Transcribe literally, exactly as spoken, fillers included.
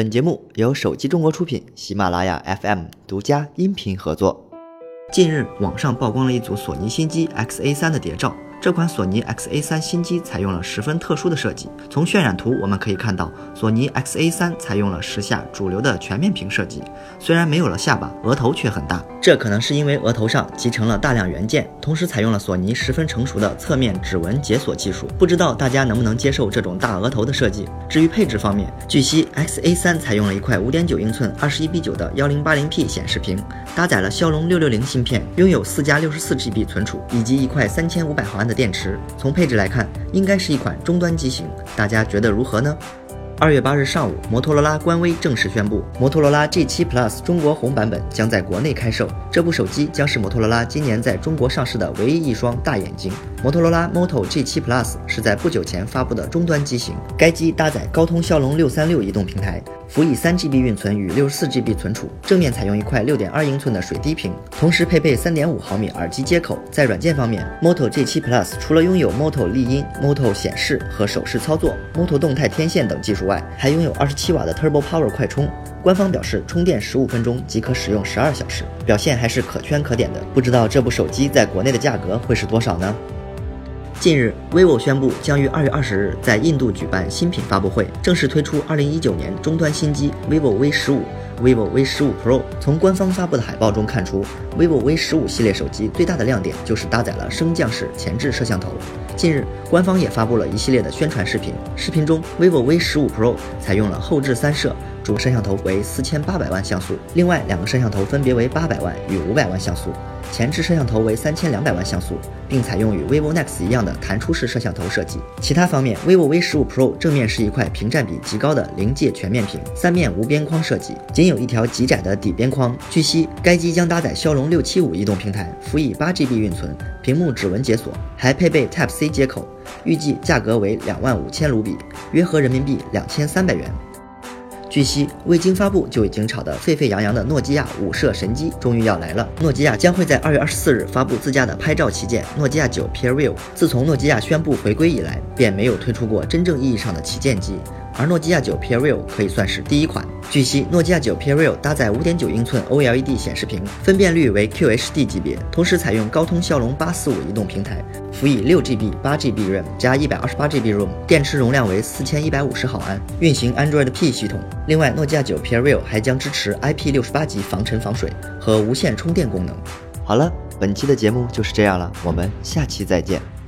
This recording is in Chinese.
本节目由手机中国出品，喜马拉雅 F M 独家音频合作。近日，网上曝光了一组索尼新机 X A 三 的谍照。这款索尼 X A 三 新机采用了十分特殊的设计。从渲染图我们可以看到，索尼 X A 三 采用了时下主流的全面屏设计，虽然没有了下巴，额头却很大。这可能是因为额头上集成了大量元件，同时采用了索尼十分成熟的侧面指纹解锁技术。不知道大家能不能接受这种大额头的设计？至于配置方面，据悉 X A 三 采用了一块 五点九英寸二十一比九的 一零八零 P 显示屏，搭载了骁龙六六零芯片，拥有四加六十四 G B 存储以及一块三千五百毫安的电池。从配置来看，应该是一款中端机型，大家觉得如何呢？二月八日上午，摩托罗拉官微正式宣布，摩托罗拉 G 七 Plus 中国红版本将在国内开售。这部手机将是摩托罗拉今年在中国上市的唯一一双大眼睛。摩托罗拉 Moto G 七 Plus 是在不久前发布的终端机型，该机搭载高通骁龙六三六移动平台，辅以 三 G B 运存与 六十四 G B 存储，正面采用一块 六点二英寸的水滴屏，同时配备 三点五毫米耳机接口。在软件方面， Moto G 七 Plus 除了拥有 Moto 丽音、Moto 显示和手势操作、Moto 动态天线等技术外，还拥有二十七瓦的 Turbo Power 快充。官方表示，充电十五分钟即可使用十二小时，表现还是可圈可点的。不知道这部手机在国内的价格会是多少呢？近日 vivo 宣布将于二月二十日在印度举办新品发布会，正式推出二零一九年终端新机 vivo V 十五、vivo V 十五 Pro。 从官方发布的海报中看出， vivo V 十五系列手机最大的亮点就是搭载了升降式前置摄像头。近日，官方也发布了一系列的宣传视频，视频中 vivo V 十五 Pro 采用了后置三摄，主摄像头为四千八百万像素，另外两个摄像头分别为八百万与五百万像素，前置摄像头为三千两百万像素，并采用与 vivo Nex 一样的弹出式摄像头设计。其他方面， vivo V 十五 Pro 正面是一块屏占比极高的临界全面屏，三面无边框设计，仅有一条极窄的底边框。据悉，该机将搭载骁龙六七五移动平台，辅以 八 G B 运存，屏幕指纹解锁，还配备 Type C 接口，预计价格为两万五千卢比，约合人民币两千三百元。据悉，未经发布就已经炒得沸沸扬扬的诺基亚五摄神机终于要来了。诺基亚将会在二月二十四日发布自家的拍照旗舰诺基亚九 PeerView。自从诺基亚宣布回归以来，便没有推出过真正意义上的旗舰机，而诺基亚九 PeerView 可以算是第一款。据悉，诺基亚九 PeerView 搭载 五点九英寸 O L E D 显示屏，分辨率为 Q H D 级别，同时采用高通骁龙八四五移动平台，辅以 六 G B、八 G B RAM 加 一百二十八 G B ROM， 电池容量为四千一百五十毫安，运行 Android P 系统。另外，诺基亚九 PeerView 还将支持 I P 六十八级防尘防水和无线充电功能。好了，本期的节目就是这样了，我们下期再见。